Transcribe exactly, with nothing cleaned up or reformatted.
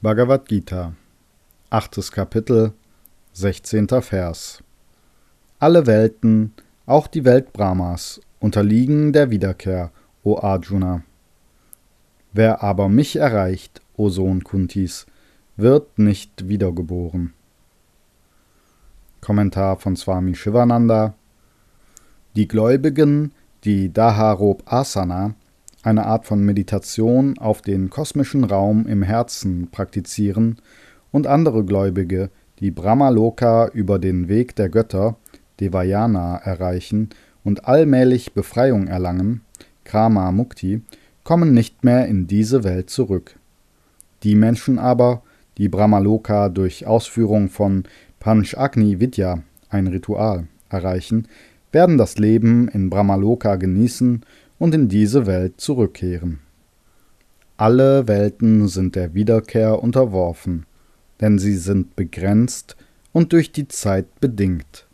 Bhagavad Gita, achtes Kapitel, sechzehnter Vers. Alle Welten, auch die Welt Brahmas, unterliegen der Wiederkehr, o Arjuna. Wer aber mich erreicht, o Sohn Kuntis, wird nicht wiedergeboren. Kommentar von Swami Shivananda. Die Gläubigen, die Dharopa-Asana, eine Art von Meditation auf den kosmischen Raum im Herzen praktizieren, und andere Gläubige, die Brahmaloka über den Weg der Götter, Devayana, erreichen und allmählich Befreiung erlangen, Krama Mukti, kommen nicht mehr in diese Welt zurück. Die Menschen aber, die Brahmaloka durch Ausführung von Panchagni Vidya, ein Ritual, erreichen, werden das Leben in Brahmaloka genießen und in diese Welt zurückkehren. Alle Welten sind der Wiederkehr unterworfen, denn sie sind begrenzt und durch die Zeit bedingt.